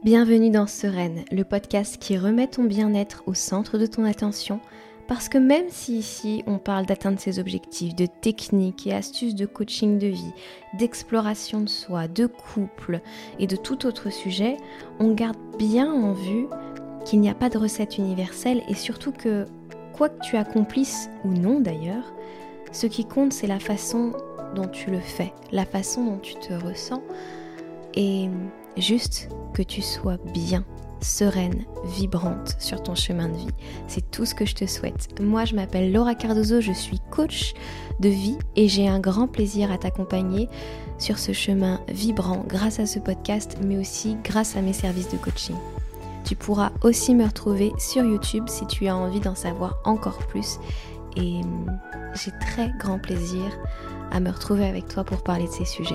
Bienvenue dans Sereine, le podcast qui remet ton bien-être au centre de ton attention, parce que même si ici on parle d'atteindre ses objectifs, de techniques et astuces de coaching de vie, d'exploration de soi, de couple et de tout autre sujet, on garde bien en vue qu'il n'y a pas de recette universelle et surtout que, quoi que tu accomplisses ou non d'ailleurs, ce qui compte c'est la façon dont tu le fais, la façon dont tu te ressens et juste que tu sois bien, sereine, vibrante sur ton chemin de vie. C'est tout ce que je te souhaite. Moi, je m'appelle Laura Cardozo, je suis coach de vie et j'ai un grand plaisir à t'accompagner sur ce chemin vibrant grâce à ce podcast, mais aussi grâce à mes services de coaching. Tu pourras aussi me retrouver sur YouTube si tu as envie d'en savoir encore plus et j'ai très grand plaisir à me retrouver avec toi pour parler de ces sujets.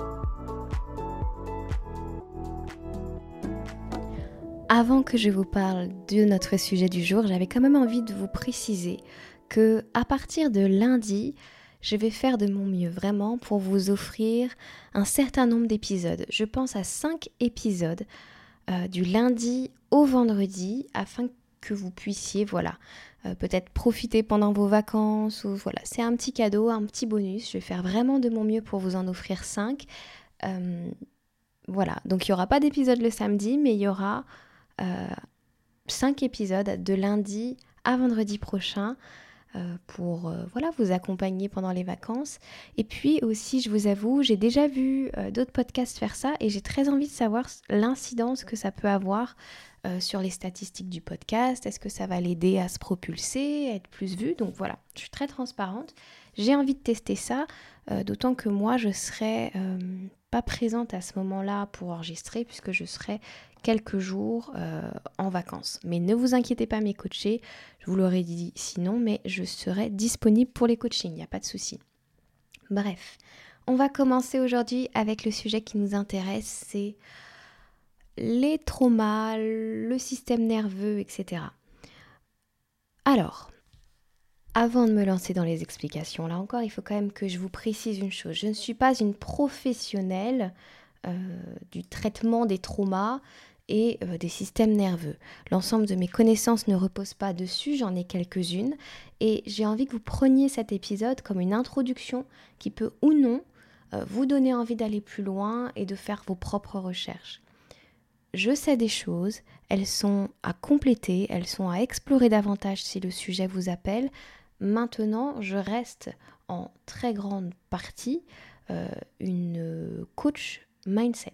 Avant que je vous parle de notre sujet du jour, j'avais quand même envie de vous préciser que à partir de lundi, je vais faire de mon mieux vraiment pour vous offrir un certain nombre d'épisodes. Je pense à 5 épisodes du lundi au vendredi afin que vous puissiez peut-être profiter pendant vos vacances ou voilà, c'est un petit cadeau, un petit bonus. Je vais faire vraiment de mon mieux pour vous en offrir 5. Voilà, donc il n'y aura pas d'épisode le samedi, mais il y aura 5 épisodes de lundi à vendredi prochain pour vous accompagner pendant les vacances. Et puis aussi, je vous avoue, j'ai déjà vu d'autres podcasts faire ça et j'ai très envie de savoir l'incidence que ça peut avoir sur les statistiques du podcast. Est-ce que ça va l'aider à se propulser, à être plus vu? Donc voilà, je suis très transparente. J'ai envie de tester ça, d'autant que moi, je serai pas présente à ce moment-là pour enregistrer puisque je serai quelques jours en vacances. Mais ne vous inquiétez pas mes coachés, je vous l'aurais dit sinon, mais je serai disponible pour les coachings, il n'y a pas de souci. Bref, on va commencer aujourd'hui avec le sujet qui nous intéresse, c'est les traumas, le système nerveux, etc. Alors, avant de me lancer dans les explications, là encore, il faut quand même que je vous précise une chose. Je ne suis pas une professionnelle du traitement des traumas et des systèmes nerveux. L'ensemble de mes connaissances ne repose pas dessus, j'en ai quelques-unes et j'ai envie que vous preniez cet épisode comme une introduction qui peut ou non vous donner envie d'aller plus loin et de faire vos propres recherches. Je sais des choses, elles sont à compléter, elles sont à explorer davantage si le sujet vous appelle. Maintenant, je reste en très grande partie une coach mindset.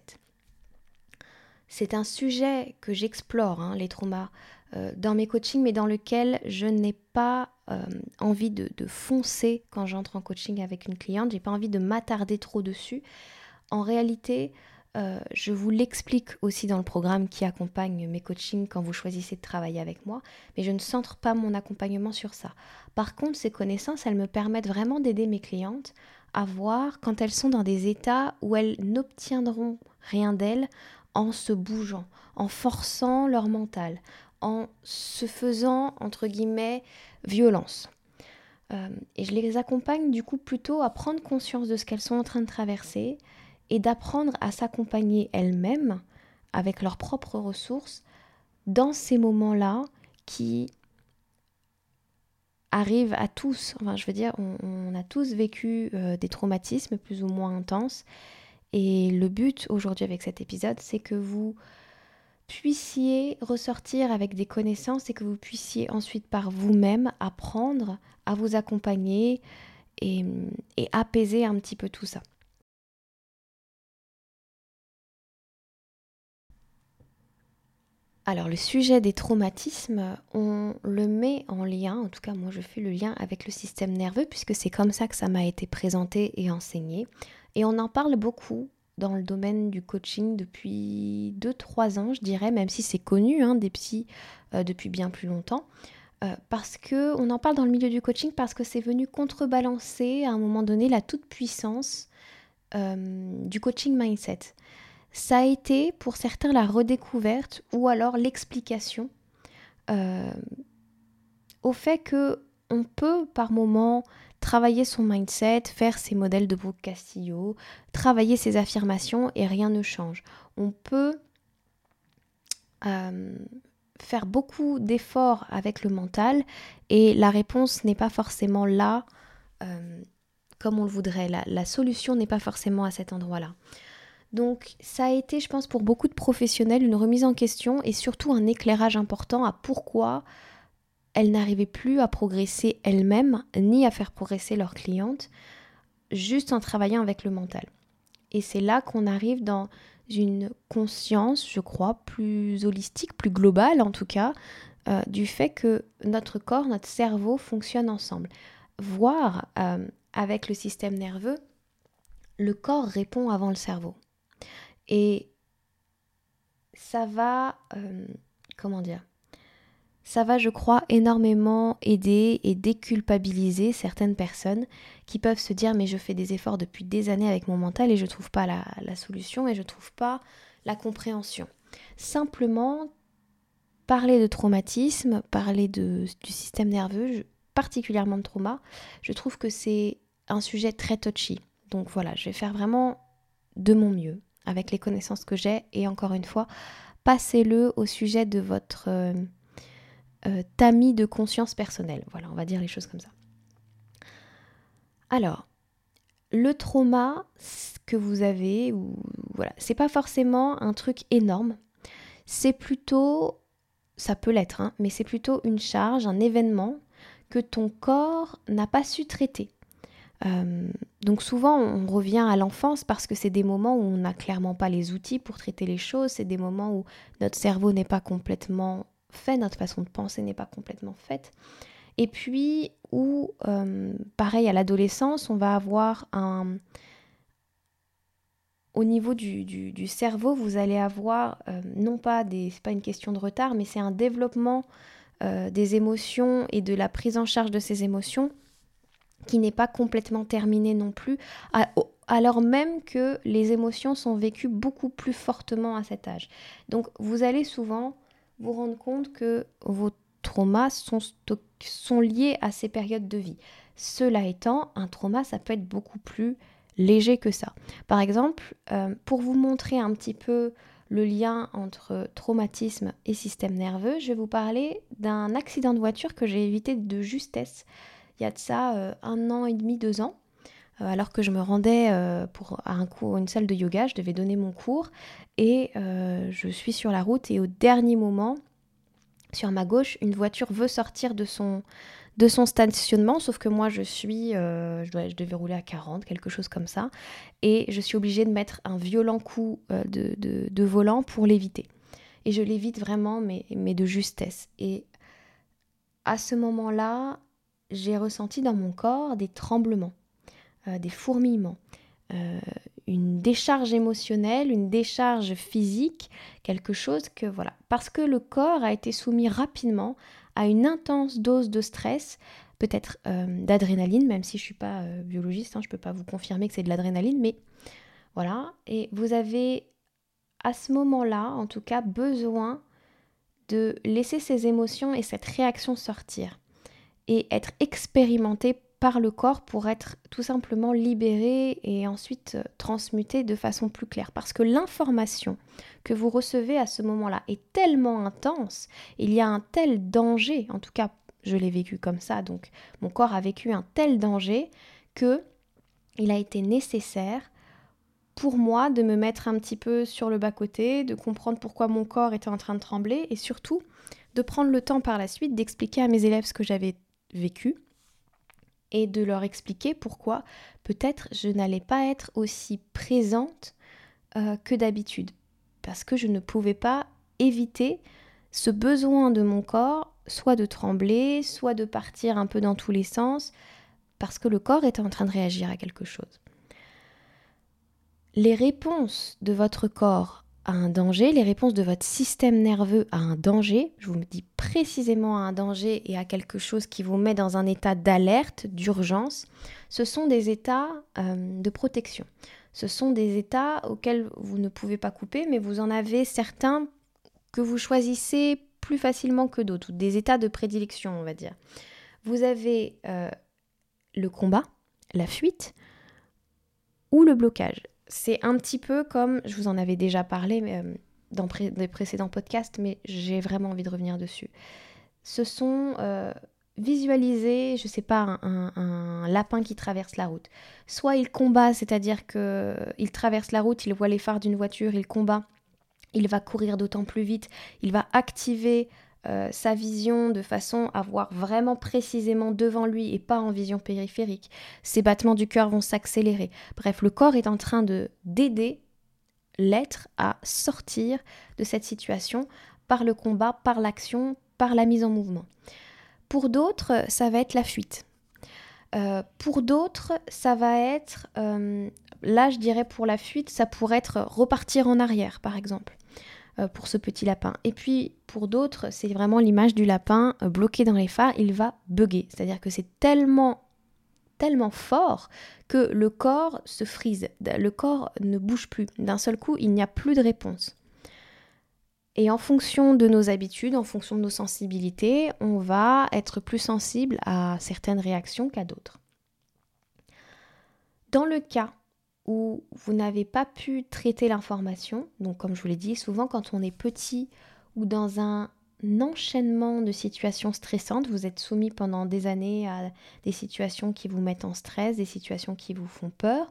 C'est un sujet que j'explore, les traumas, dans mes coachings, mais dans lequel je n'ai pas envie de foncer quand j'entre en coaching avec une cliente. J'ai pas envie de m'attarder trop dessus. En réalité, je vous l'explique aussi dans le programme qui accompagne mes coachings quand vous choisissez de travailler avec moi, mais je ne centre pas mon accompagnement sur ça. Par contre, ces connaissances, elles me permettent vraiment d'aider mes clientes à voir quand elles sont dans des états où elles n'obtiendront rien d'elles en se bougeant, en forçant leur mental, en se faisant, entre guillemets, violence. Et je les accompagne du coup plutôt à prendre conscience de ce qu'elles sont en train de traverser et d'apprendre à s'accompagner elles-mêmes avec leurs propres ressources dans ces moments-là qui arrivent à tous. Enfin, je veux dire, on a tous vécu des traumatismes plus ou moins intenses. Et le but aujourd'hui avec cet épisode, c'est que vous puissiez ressortir avec des connaissances et que vous puissiez ensuite par vous-même apprendre à vous accompagner et apaiser un petit peu tout ça. Alors le sujet des traumatismes, on le met en lien, en tout cas moi je fais le lien avec le système nerveux puisque c'est comme ça que ça m'a été présenté et enseigné. Et on en parle beaucoup dans le domaine du coaching depuis 2-3 ans, je dirais, même si c'est connu des psys depuis bien plus longtemps. Parce qu'on en parle dans le milieu du coaching parce que c'est venu contrebalancer à un moment donné la toute-puissance du coaching mindset. Ça a été pour certains la redécouverte ou alors l'explication au fait qu'on peut par moment travailler son mindset, faire ses modèles de Brooke Castillo, travailler ses affirmations et rien ne change. On peut faire beaucoup d'efforts avec le mental et la réponse n'est pas forcément là comme on le voudrait. La solution n'est pas forcément à cet endroit-là. Donc ça a été, je pense, pour beaucoup de professionnels, une remise en question et surtout un éclairage important à pourquoi elles n'arrivaient plus à progresser elles-mêmes ni à faire progresser leurs clientes juste en travaillant avec le mental. Et c'est là qu'on arrive dans une conscience, je crois, plus holistique, plus globale en tout cas, du fait que notre corps, notre cerveau fonctionnent ensemble. Voire avec le système nerveux, le corps répond avant le cerveau. Et ça va, ça va, je crois, énormément aider et déculpabiliser certaines personnes qui peuvent se dire mais je fais des efforts depuis des années avec mon mental et je ne trouve pas la solution et je ne trouve pas la compréhension. Simplement, parler de traumatisme, parler du système nerveux, particulièrement de trauma, je trouve que c'est un sujet très touchy. Donc voilà, je vais faire vraiment de mon mieux avec les connaissances que j'ai et encore une fois, passez-le au sujet de votre tamis de conscience personnelle. Voilà, on va dire les choses comme ça. Alors, le trauma que vous avez, voilà, c'est pas forcément un truc énorme. C'est plutôt, ça peut l'être, hein, mais c'est plutôt une charge, un événement que ton corps n'a pas su traiter. Donc souvent on revient à l'enfance parce que c'est des moments où on n'a clairement pas les outils pour traiter les choses, c'est des moments où notre cerveau n'est pas complètement fait, notre façon de penser n'est pas complètement faite. Et puis où, pareil à l'adolescence, on va avoir au niveau du cerveau, vous allez avoir, non pas c'est pas une question de retard, mais c'est un développement des émotions et de la prise en charge de ces émotions qui n'est pas complètement terminé non plus, alors même que les émotions sont vécues beaucoup plus fortement à cet âge. Donc vous allez souvent vous rendre compte que vos traumas sont liés à ces périodes de vie. Cela étant, un trauma, ça peut être beaucoup plus léger que ça. Par exemple, pour vous montrer un petit peu le lien entre traumatisme et système nerveux, je vais vous parler d'un accident de voiture que j'ai évité de justesse il y a de ça 1 an et demi, 2 ans, alors que je me rendais à une salle de yoga, je devais donner mon cours et je suis sur la route et au dernier moment, sur ma gauche, une voiture veut sortir de son stationnement, sauf que moi je devais rouler à 40, quelque chose comme ça, et je suis obligée de mettre un violent coup de volant pour l'éviter. Et je l'évite vraiment, mais de justesse. Et à ce moment-là, j'ai ressenti dans mon corps des tremblements, des fourmillements, une décharge émotionnelle, une décharge physique, quelque chose que voilà, parce que le corps a été soumis rapidement à une intense dose de stress, peut-être d'adrénaline, même si je ne suis pas biologiste, hein, je ne peux pas vous confirmer que c'est de l'adrénaline, mais voilà, et vous avez à ce moment-là, en tout cas, besoin de laisser ces émotions et cette réaction sortir et être expérimenté par le corps pour être tout simplement libéré et ensuite transmuté de façon plus claire. Parce que l'information que vous recevez à ce moment-là est tellement intense, il y a un tel danger, en tout cas je l'ai vécu comme ça, donc mon corps a vécu un tel danger que il a été nécessaire pour moi de me mettre un petit peu sur le bas-côté, de comprendre pourquoi mon corps était en train de trembler et surtout de prendre le temps par la suite d'expliquer à mes élèves ce que j'avais vécu et de leur expliquer pourquoi peut-être je n'allais pas être aussi présente que d'habitude. Parce que je ne pouvais pas éviter ce besoin de mon corps, soit de trembler, soit de partir un peu dans tous les sens, parce que le corps était en train de réagir à quelque chose. Les réponses de votre corps à un danger, les réponses de votre système nerveux à un danger, je vous dis précisément à un danger et à quelque chose qui vous met dans un état d'alerte, d'urgence, ce sont des états de protection. Ce sont des états auxquels vous ne pouvez pas couper, mais vous en avez certains que vous choisissez plus facilement que d'autres, ou des états de prédilection, on va dire. Vous avez le combat, la fuite ou le blocage. C'est un petit peu comme, je vous en avais déjà parlé, mais dans des précédents podcasts, mais j'ai vraiment envie de revenir dessus. Ce sont visualiser, je sais pas, un lapin qui traverse la route. Soit il combat, c'est-à-dire qu'il traverse la route, il voit les phares d'une voiture, il combat, il va courir d'autant plus vite, il va activer sa vision de façon à voir vraiment précisément devant lui et pas en vision périphérique. Ses battements du cœur vont s'accélérer. Bref, le corps est en train d'aider l'être à sortir de cette situation par le combat, par l'action, par la mise en mouvement. Pour d'autres, ça va être la fuite. Pour d'autres, ça va être, là je dirais pour la fuite, ça pourrait être repartir en arrière par exemple. Pour ce petit lapin. Et puis pour d'autres, c'est vraiment l'image du lapin bloqué dans les phares, il va bugger. C'est-à-dire que c'est tellement fort que le corps se frise, le corps ne bouge plus. D'un seul coup, il n'y a plus de réponse. Et en fonction de nos habitudes, en fonction de nos sensibilités, on va être plus sensible à certaines réactions qu'à d'autres. Dans le cas où vous n'avez pas pu traiter l'information, donc comme je vous l'ai dit, souvent quand on est petit ou dans un enchaînement de situations stressantes, vous êtes soumis pendant des années à des situations qui vous mettent en stress, des situations qui vous font peur,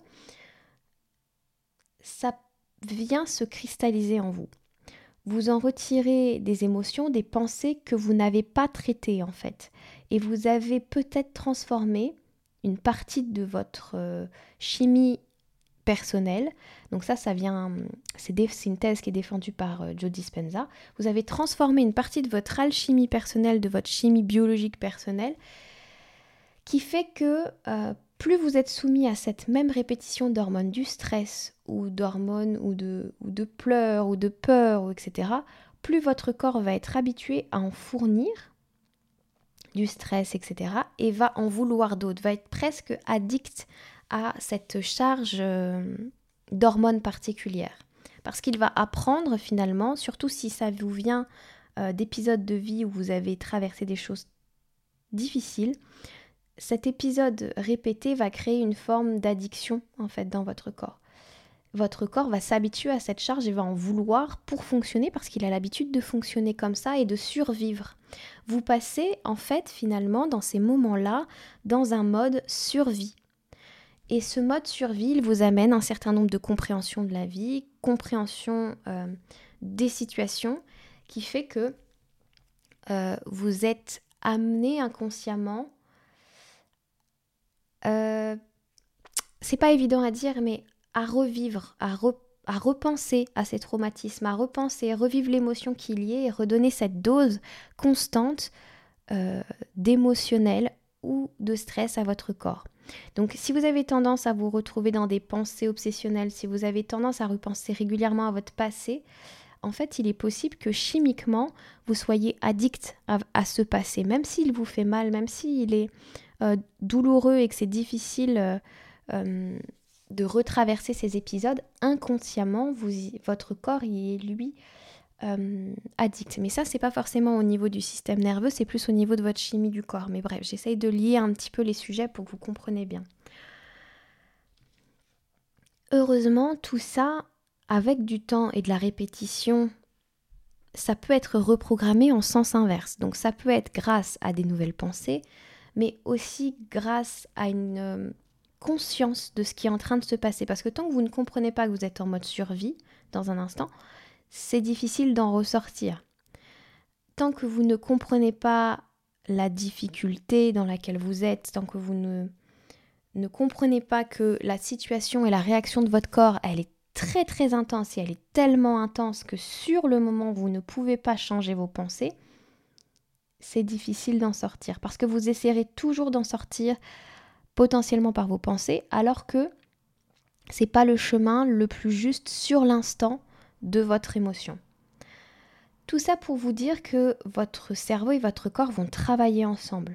ça vient se cristalliser en vous. Vous en retirez des émotions, des pensées que vous n'avez pas traitées en fait. Et vous avez peut-être transformé une partie de votre chimie personnelle. Donc ça vient, c'est une thèse qui est défendue par Joe Dispenza. Vous avez transformé une partie de votre alchimie personnelle, de votre chimie biologique personnelle, qui fait que plus vous êtes soumis à cette même répétition d'hormones du stress ou d'hormones ou de pleurs ou de peur, etc., plus votre corps va être habitué à en fournir du stress, etc., et va en vouloir d'autres, va être presque addict à cette charge d'hormones particulières. Parce qu'il va apprendre finalement, surtout si ça vous vient d'épisodes de vie où vous avez traversé des choses difficiles, cet épisode répété va créer une forme d'addiction en fait dans votre corps. Votre corps va s'habituer à cette charge et va en vouloir pour fonctionner parce qu'il a l'habitude de fonctionner comme ça et de survivre. Vous passez en fait finalement dans ces moments-là dans un mode survie. Et ce mode survie, il vous amène un certain nombre de compréhension de la vie, compréhension des situations, qui fait que vous êtes amené inconsciemment, c'est pas évident à dire, mais à revivre, à repenser à ces traumatismes, à repenser, revivre l'émotion qu'il y ait et redonner cette dose constante d'émotionnel ou de stress à votre corps. Donc si vous avez tendance à vous retrouver dans des pensées obsessionnelles, si vous avez tendance à repenser régulièrement à votre passé, en fait il est possible que chimiquement vous soyez addict à ce passé, même s'il vous fait mal, même s'il est douloureux et que c'est difficile de retraverser ces épisodes, inconsciemment votre corps y est lui addict. Mais ça, c'est pas forcément au niveau du système nerveux, c'est plus au niveau de votre chimie du corps. Mais bref, j'essaye de lier un petit peu les sujets pour que vous compreniez bien. Heureusement, tout ça, avec du temps et de la répétition, ça peut être reprogrammé en sens inverse. Donc ça peut être grâce à des nouvelles pensées, mais aussi grâce à une conscience de ce qui est en train de se passer. Parce que tant que vous ne comprenez pas que vous êtes en mode survie, dans un instant, c'est difficile d'en ressortir. Tant que vous ne comprenez pas la difficulté dans laquelle vous êtes, tant que vous ne comprenez pas que la situation et la réaction de votre corps, elle est très très intense et elle est tellement intense que sur le moment vous ne pouvez pas changer vos pensées, c'est difficile d'en sortir parce que vous essaierez toujours d'en sortir potentiellement par vos pensées alors que c'est pas le chemin le plus juste sur l'instant de votre émotion. Tout ça pour vous dire que votre cerveau et votre corps vont travailler ensemble.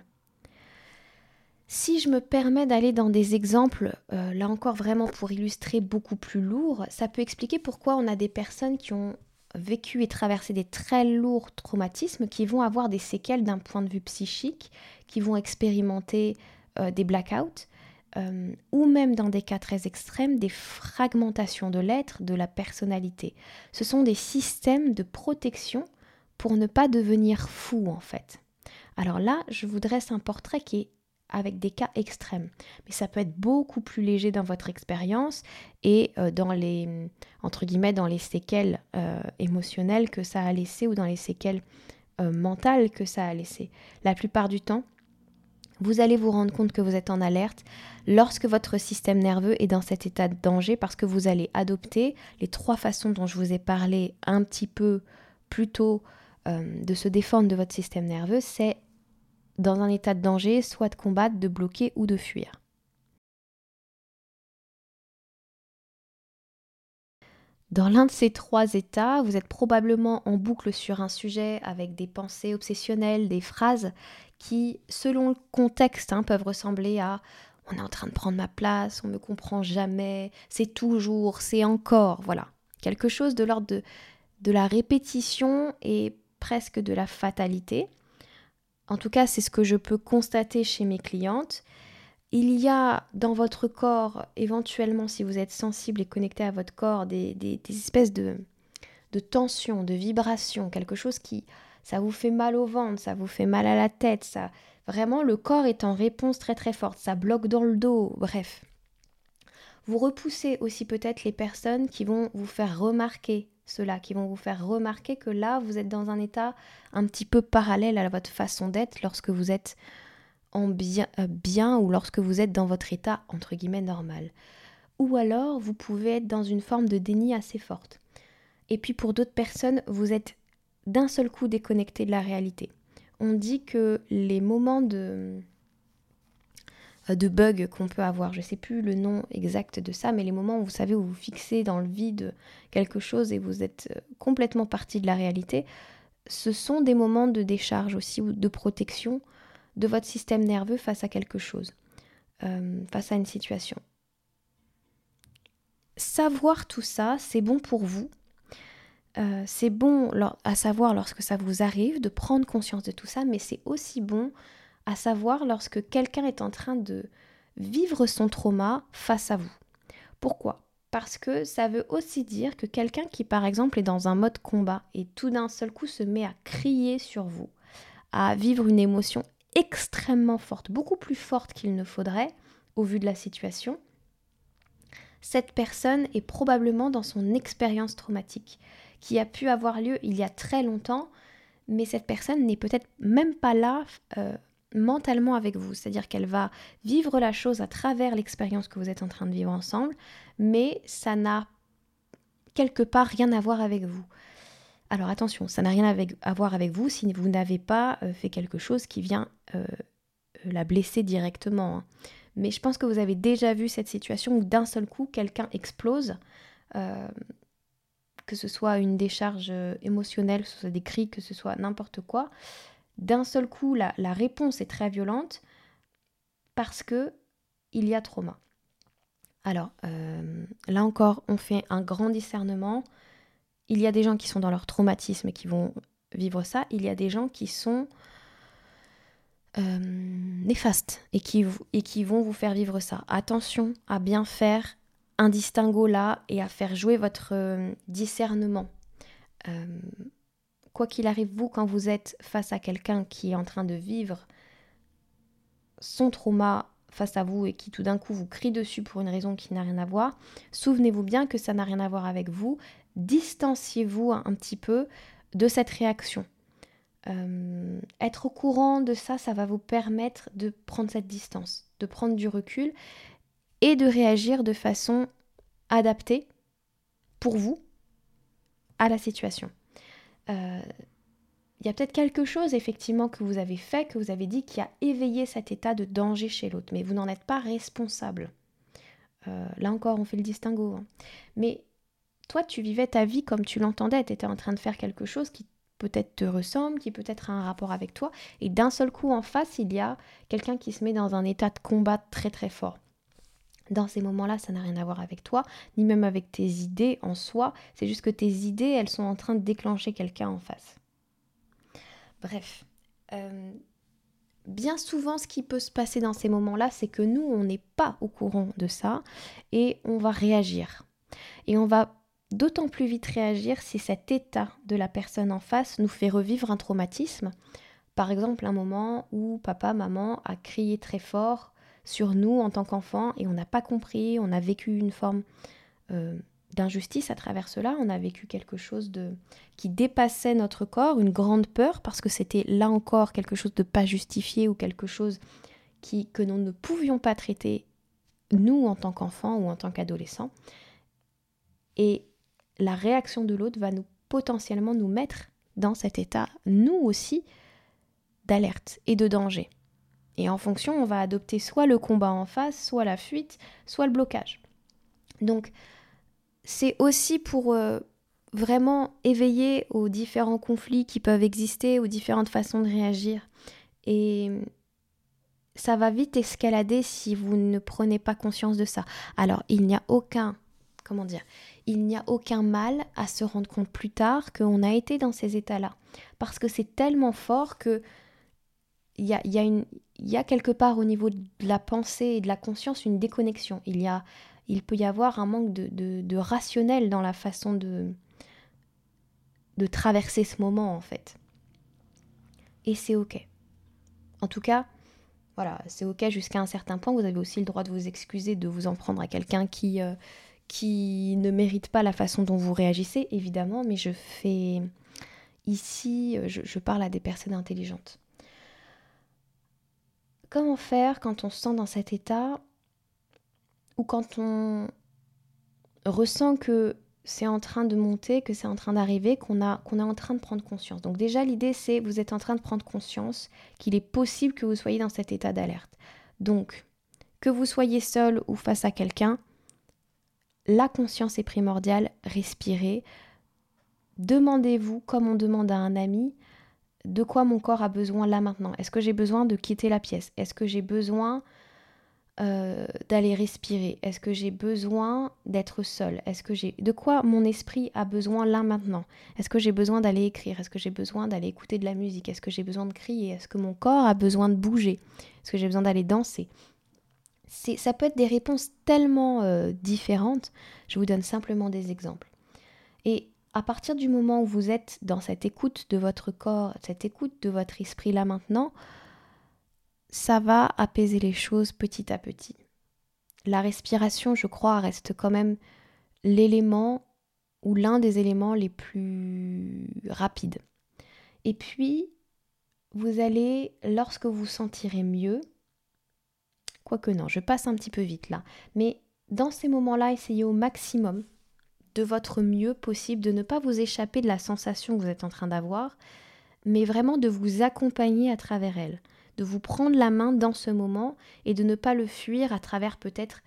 Si je me permets d'aller dans des exemples, là encore vraiment pour illustrer beaucoup plus lourd, ça peut expliquer pourquoi on a des personnes qui ont vécu et traversé des très lourds traumatismes, qui vont avoir des séquelles d'un point de vue psychique, qui vont expérimenter des blackouts, ou même dans des cas très extrêmes, des fragmentations de l'être, de la personnalité. Ce sont des systèmes de protection pour ne pas devenir fou en fait. Alors là, je vous dresse un portrait qui est avec des cas extrêmes. Mais ça peut être beaucoup plus léger dans votre expérience et dans les, entre guillemets, dans les séquelles émotionnelles que ça a laissé ou dans les séquelles mentales que ça a laissé. La plupart du temps, vous allez vous rendre compte que vous êtes en alerte lorsque votre système nerveux est dans cet état de danger parce que vous allez adopter les 3 façons dont je vous ai parlé un petit peu plus tôt de se défendre de votre système nerveux, c'est dans un état de danger, soit de combattre, de bloquer ou de fuir. Dans l'un de ces 3 états, vous êtes probablement en boucle sur un sujet avec des pensées obsessionnelles, des phrases qui, selon le contexte, peuvent ressembler à « on est en train de prendre ma place, on ne me comprend jamais, c'est toujours, c'est encore », voilà. Quelque chose de l'ordre de la répétition et presque de la fatalité. En tout cas, c'est ce que je peux constater chez mes clientes. Il y a dans votre corps, éventuellement, si vous êtes sensible et connecté à votre corps, des espèces de tensions, de vibrations, quelque chose qui, ça vous fait mal au ventre, ça vous fait mal à la tête, ça, vraiment, le corps est en réponse très très forte, ça bloque dans le dos, bref. Vous repoussez aussi peut-être les personnes qui vont vous faire remarquer cela, qui vont vous faire remarquer que là, vous êtes dans un état un petit peu parallèle à votre façon d'être lorsque vous êtes en bien ou lorsque vous êtes dans votre état entre guillemets normal. Ou alors, vous pouvez être dans une forme de déni assez forte. Et puis pour d'autres personnes, vous êtes d'un seul coup déconnecté de la réalité. On dit que les moments de bug qu'on peut avoir, je ne sais plus le nom exact de ça, mais les moments où vous savez où vous fixez dans le vide quelque chose et vous êtes complètement parti de la réalité, ce sont des moments de décharge aussi ou de protection de votre système nerveux face à quelque chose, face à une situation. Savoir tout ça, c'est bon pour vous. C'est bon à savoir lorsque ça vous arrive de prendre conscience de tout ça, mais c'est aussi bon à savoir lorsque quelqu'un est en train de vivre son trauma face à vous. Pourquoi ? Parce que ça veut aussi dire que quelqu'un qui, par exemple, est dans un mode combat et tout d'un seul coup se met à crier sur vous, à vivre une émotion extrêmement forte, beaucoup plus forte qu'il ne faudrait au vu de la situation, cette personne est probablement dans son expérience traumatique qui a pu avoir lieu il y a très longtemps, mais cette personne n'est peut-être même pas là mentalement avec vous. C'est-à-dire qu'elle va vivre la chose à travers l'expérience que vous êtes en train de vivre ensemble, mais ça n'a quelque part rien à voir avec vous. Alors attention, ça n'a rien à voir avec vous si vous n'avez pas fait quelque chose qui vient la blesser directement. Mais je pense que vous avez déjà vu cette situation où d'un seul coup, quelqu'un explose, que ce soit une décharge émotionnelle, que ce soit des cris, que ce soit n'importe quoi. D'un seul coup, la réponse est très violente parce que il y a trauma. Alors, là encore, on fait un grand discernement. Il y a des gens qui sont dans leur traumatisme et qui vont vivre ça. Il y a des gens qui sont néfastes et qui vont vous faire vivre ça. Attention à bien faire un distinguo là et à faire jouer votre discernement. Quoi qu'il arrive, vous, quand vous êtes face à quelqu'un qui est en train de vivre son trauma face à vous et qui tout d'un coup vous crie dessus pour une raison qui n'a rien à voir, souvenez-vous bien que ça n'a rien à voir avec vous. Distanciez-vous un petit peu de cette réaction. Être au courant de ça, ça va vous permettre de prendre cette distance, de prendre du recul et de réagir de façon adaptée pour vous à la situation. Il y a peut-être quelque chose effectivement que vous avez fait, que vous avez dit qui a éveillé cet état de danger chez l'autre, mais vous n'en êtes pas responsable. Là encore, on fait le distinguo. Mais toi, tu vivais ta vie comme tu l'entendais, tu étais en train de faire quelque chose qui peut-être te ressemble, qui peut-être a un rapport avec toi, et d'un seul coup en face, il y a quelqu'un qui se met dans un état de combat très très fort. Dans ces moments-là, ça n'a rien à voir avec toi, ni même avec tes idées en soi, c'est juste que tes idées, elles sont en train de déclencher quelqu'un en face. Bref, bien souvent, ce qui peut se passer dans ces moments-là, c'est que nous, on n'est pas au courant de ça et on va réagir. Et on va d'autant plus vite réagir si cet état de la personne en face nous fait revivre un traumatisme. Par exemple, un moment où papa, maman a crié très fort sur nous en tant qu'enfant et on n'a pas compris, on a vécu une forme d'injustice à travers cela, on a vécu quelque chose qui dépassait notre corps, une grande peur, parce que c'était là encore quelque chose de pas justifié ou quelque chose que nous ne pouvions pas traiter, nous en tant qu'enfants ou en tant qu'adolescents. Et la réaction de l'autre va potentiellement nous mettre dans cet état, nous aussi, d'alerte et de danger. Et en fonction, on va adopter soit le combat en face, soit la fuite, soit le blocage. Donc, c'est aussi pour vraiment éveiller aux différents conflits qui peuvent exister, aux différentes façons de réagir. Et ça va vite escalader si vous ne prenez pas conscience de ça. Alors, il n'y a aucun mal à se rendre compte plus tard qu'on a été dans ces états-là. Parce que c'est tellement fort que il y a quelque part au niveau de la pensée et de la conscience une déconnexion. Il peut y avoir un manque de rationnel dans la façon de traverser ce moment, en fait. Et c'est ok. En tout cas, voilà, c'est ok jusqu'à un certain point. Vous avez aussi le droit de vous excuser, de vous en prendre à quelqu'un qui ne mérite pas la façon dont vous réagissez, évidemment, mais je parle à des personnes intelligentes. Comment faire quand on se sent dans cet état ou quand on ressent que c'est en train de monter, que c'est en train d'arriver, qu'on est en train de prendre conscience. Donc déjà, l'idée, c'est vous êtes en train de prendre conscience qu'il est possible que vous soyez dans cet état d'alerte. Donc, que vous soyez seul ou face à quelqu'un, la conscience est primordiale, respirez. Demandez-vous, comme on demande à un ami, de quoi mon corps a besoin là maintenant. Est-ce que j'ai besoin de quitter la pièce? Est-ce que j'ai besoin d'aller respirer? Est-ce que j'ai besoin d'être seule? De quoi mon esprit a besoin là maintenant? Est-ce que j'ai besoin d'aller écrire? Est-ce que j'ai besoin d'aller écouter de la musique? Est-ce que j'ai besoin de crier? Est-ce que mon corps a besoin de bouger? Est-ce que j'ai besoin d'aller danser? Ça peut être des réponses tellement différentes. Je vous donne simplement des exemples. Et à partir du moment où vous êtes dans cette écoute de votre corps, cette écoute de votre esprit là maintenant, ça va apaiser les choses petit à petit. La respiration, je crois, reste quand même l'élément ou l'un des éléments les plus rapides. Et puis, vous allez, lorsque vous sentirez mieux, quoique non, je passe un petit peu vite là, mais dans ces moments-là, essayez au maximum de votre mieux possible de ne pas vous échapper de la sensation que vous êtes en train d'avoir, mais vraiment de vous accompagner à travers elle, de vous prendre la main dans ce moment et de ne pas le fuir à travers peut-être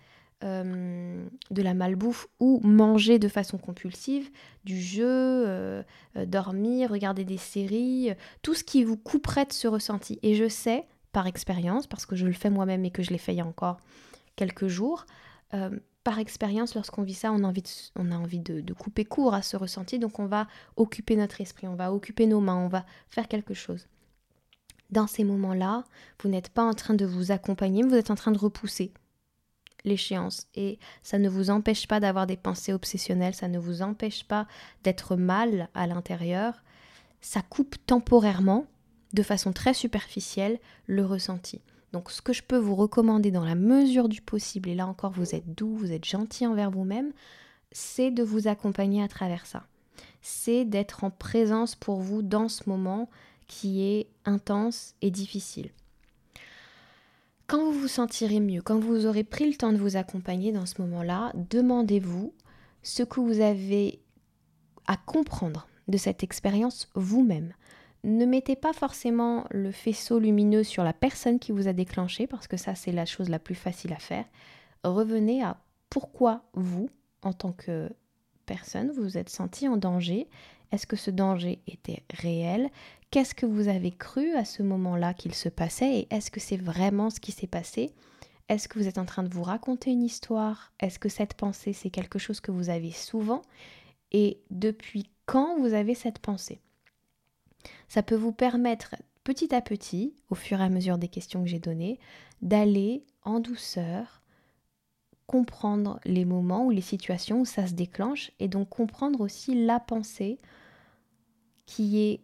de la malbouffe ou manger de façon compulsive, du jeu, dormir, regarder des séries, tout ce qui vous couperait de ce ressenti. Et je sais, par expérience, parce que je le fais moi-même et que je l'ai fait il y a encore quelques jours, par expérience, lorsqu'on vit ça, on a envie de couper court à ce ressenti, donc on va occuper notre esprit, on va occuper nos mains, on va faire quelque chose. Dans ces moments-là, vous n'êtes pas en train de vous accompagner, mais vous êtes en train de repousser l'échéance. Et ça ne vous empêche pas d'avoir des pensées obsessionnelles, ça ne vous empêche pas d'être mal à l'intérieur. Ça coupe temporairement, de façon très superficielle, le ressenti. Donc ce que je peux vous recommander dans la mesure du possible, et là encore vous êtes doux, vous êtes gentil envers vous-même, c'est de vous accompagner à travers ça. C'est d'être en présence pour vous dans ce moment qui est intense et difficile. Quand vous vous sentirez mieux, quand vous aurez pris le temps de vous accompagner dans ce moment-là, demandez-vous ce que vous avez à comprendre de cette expérience vous-même. Ne mettez pas forcément le faisceau lumineux sur la personne qui vous a déclenché, parce que ça, c'est la chose la plus facile à faire. Revenez à pourquoi vous, en tant que personne, vous vous êtes senti en danger. Est-ce que ce danger était réel? Qu'est-ce que vous avez cru à ce moment-là qu'il se passait? Et est-ce que c'est vraiment ce qui s'est passé? Est-ce que vous êtes en train de vous raconter une histoire? Est-ce que cette pensée, c'est quelque chose que vous avez souvent? Et depuis quand vous avez cette pensée? Ça peut vous permettre, petit à petit, au fur et à mesure des questions que j'ai données, d'aller en douceur comprendre les moments ou les situations où ça se déclenche et donc comprendre aussi la pensée qui est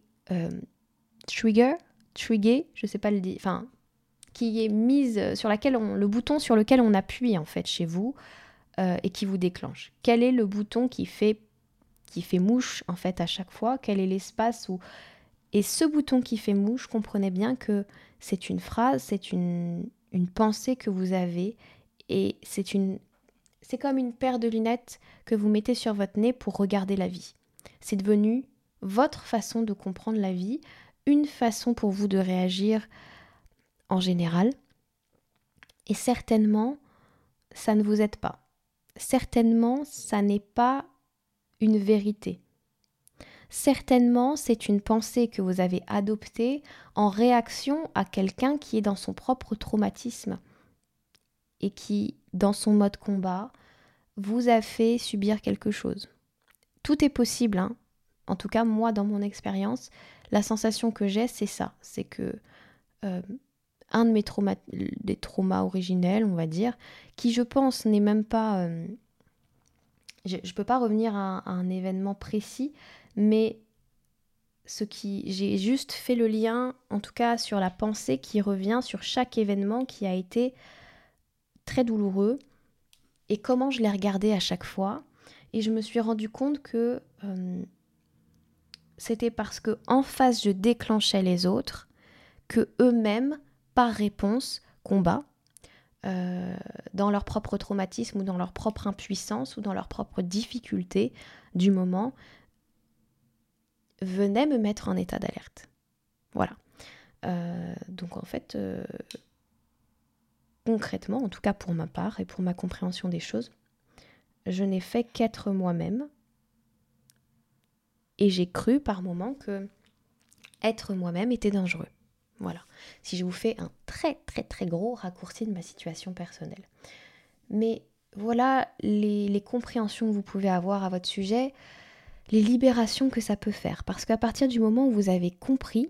trigger, je sais pas le dire, enfin, qui est mise sur laquelle le bouton sur lequel on appuie en fait chez vous et qui vous déclenche. Quel est le bouton qui fait mouche en fait à chaque fois? Quel est l'espace où... Et ce bouton qui fait mouche, comprenez bien que c'est une phrase, c'est une pensée que vous avez et c'est comme une paire de lunettes que vous mettez sur votre nez pour regarder la vie. C'est devenu votre façon de comprendre la vie, une façon pour vous de réagir en général. Et certainement, ça ne vous aide pas. Certainement, ça n'est pas une vérité. Certainement, c'est une pensée que vous avez adoptée en réaction à quelqu'un qui est dans son propre traumatisme et qui, dans son mode combat, vous a fait subir quelque chose. Tout est possible, hein. En tout cas, moi, dans mon expérience, la sensation que j'ai, c'est ça. C'est que un de mes des traumas originels, on va dire, qui, je pense, n'est même pas... je ne peux pas revenir à un événement précis, mais j'ai juste fait le lien, en tout cas, sur la pensée qui revient sur chaque événement qui a été très douloureux et comment je l'ai regardé à chaque fois. Et je me suis rendu compte que c'était parce que en face je déclenchais les autres, que eux-mêmes, par réponse, combat, dans leur propre traumatisme ou dans leur propre impuissance ou dans leur propre difficulté du moment, venaient me mettre en état d'alerte. Voilà. Donc en fait, concrètement, en tout cas pour ma part et pour ma compréhension des choses, je n'ai fait qu'être moi-même. Et j'ai cru par moments que être moi-même était dangereux. Voilà. Si je vous fais un très très très gros raccourci de ma situation personnelle. Mais voilà les compréhensions que vous pouvez avoir à votre sujet, les libérations que ça peut faire. Parce qu'à partir du moment où vous avez compris,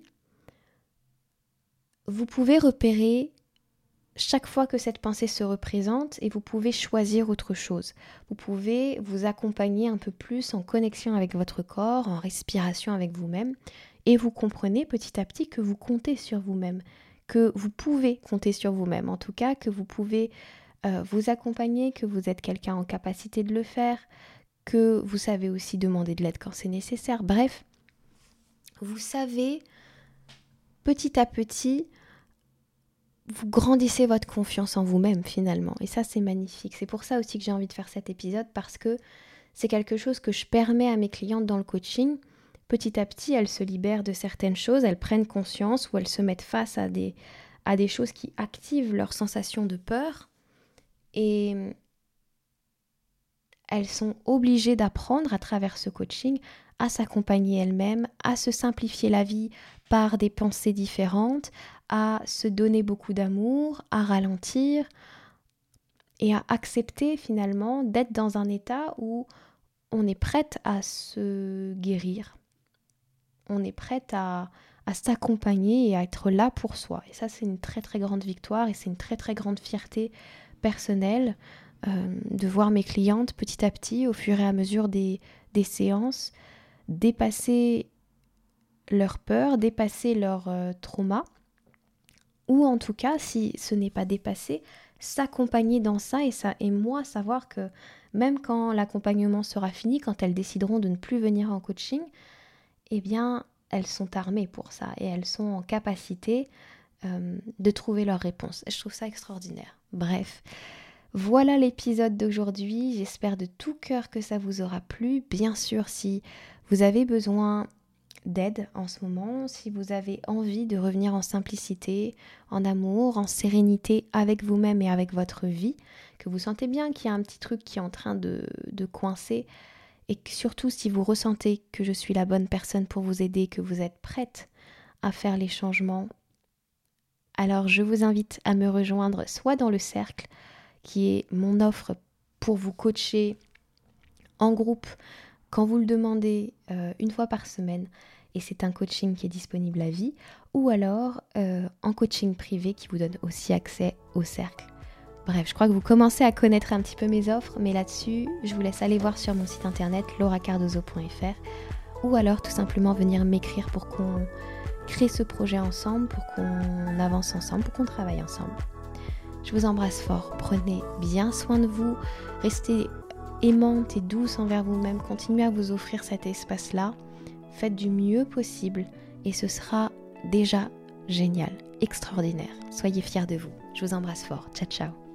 vous pouvez repérer chaque fois que cette pensée se représente et vous pouvez choisir autre chose. Vous pouvez vous accompagner un peu plus en connexion avec votre corps, en respiration avec vous-même et vous comprenez petit à petit que vous comptez sur vous-même, que vous pouvez compter sur vous-même, en tout cas que vous pouvez vous accompagner, que vous êtes quelqu'un en capacité de le faire, que vous savez aussi demander de l'aide quand c'est nécessaire. Bref, vous savez petit à petit vous grandissez votre confiance en vous-même finalement. Et ça, c'est magnifique. C'est pour ça aussi que j'ai envie de faire cet épisode parce que c'est quelque chose que je permets à mes clientes dans le coaching. Petit à petit, elles se libèrent de certaines choses, elles prennent conscience ou elles se mettent face à des choses qui activent leur sensation de peur. Et elles sont obligées d'apprendre à travers ce coaching à s'accompagner elles-mêmes, à se simplifier la vie par des pensées différentes, à se donner beaucoup d'amour, à ralentir et à accepter finalement d'être dans un état où on est prête à se guérir. On est prête à s'accompagner et à être là pour soi. Et ça, c'est une très très grande victoire et c'est une très très grande fierté personnelle de voir mes clientes petit à petit, au fur et à mesure des séances, dépasser leur peur, dépasser leur trauma, ou en tout cas, si ce n'est pas dépassé, s'accompagner dans ça et moi savoir que même quand l'accompagnement sera fini, quand elles décideront de ne plus venir en coaching, eh bien, elles sont armées pour ça et elles sont en capacité de trouver leur réponse. Et je trouve ça extraordinaire. Bref, voilà l'épisode d'aujourd'hui. J'espère de tout cœur que ça vous aura plu. Bien sûr, si vous avez besoin d'aide en ce moment, si vous avez envie de revenir en simplicité, en amour, en sérénité avec vous-même et avec votre vie, que vous sentez bien qu'il y a un petit truc qui est en train de coincer, et que surtout si vous ressentez que je suis la bonne personne pour vous aider, que vous êtes prête à faire les changements, alors je vous invite à me rejoindre soit dans le cercle, qui est mon offre pour vous coacher en groupe quand vous le demandez une fois par semaine, et c'est un coaching qui est disponible à vie, ou alors en coaching privé qui vous donne aussi accès au cercle. Bref, je crois que vous commencez à connaître un petit peu mes offres, mais là-dessus, je vous laisse aller voir sur mon site internet lauracardozo.fr ou alors tout simplement venir m'écrire pour qu'on crée ce projet ensemble, pour qu'on avance ensemble, pour qu'on travaille ensemble. Je vous embrasse fort, prenez bien soin de vous, restez aimante et douce envers vous-même, continuez à vous offrir cet espace-là, faites du mieux possible et ce sera déjà génial, extraordinaire. Soyez fiers de vous. Je vous embrasse fort. Ciao, ciao.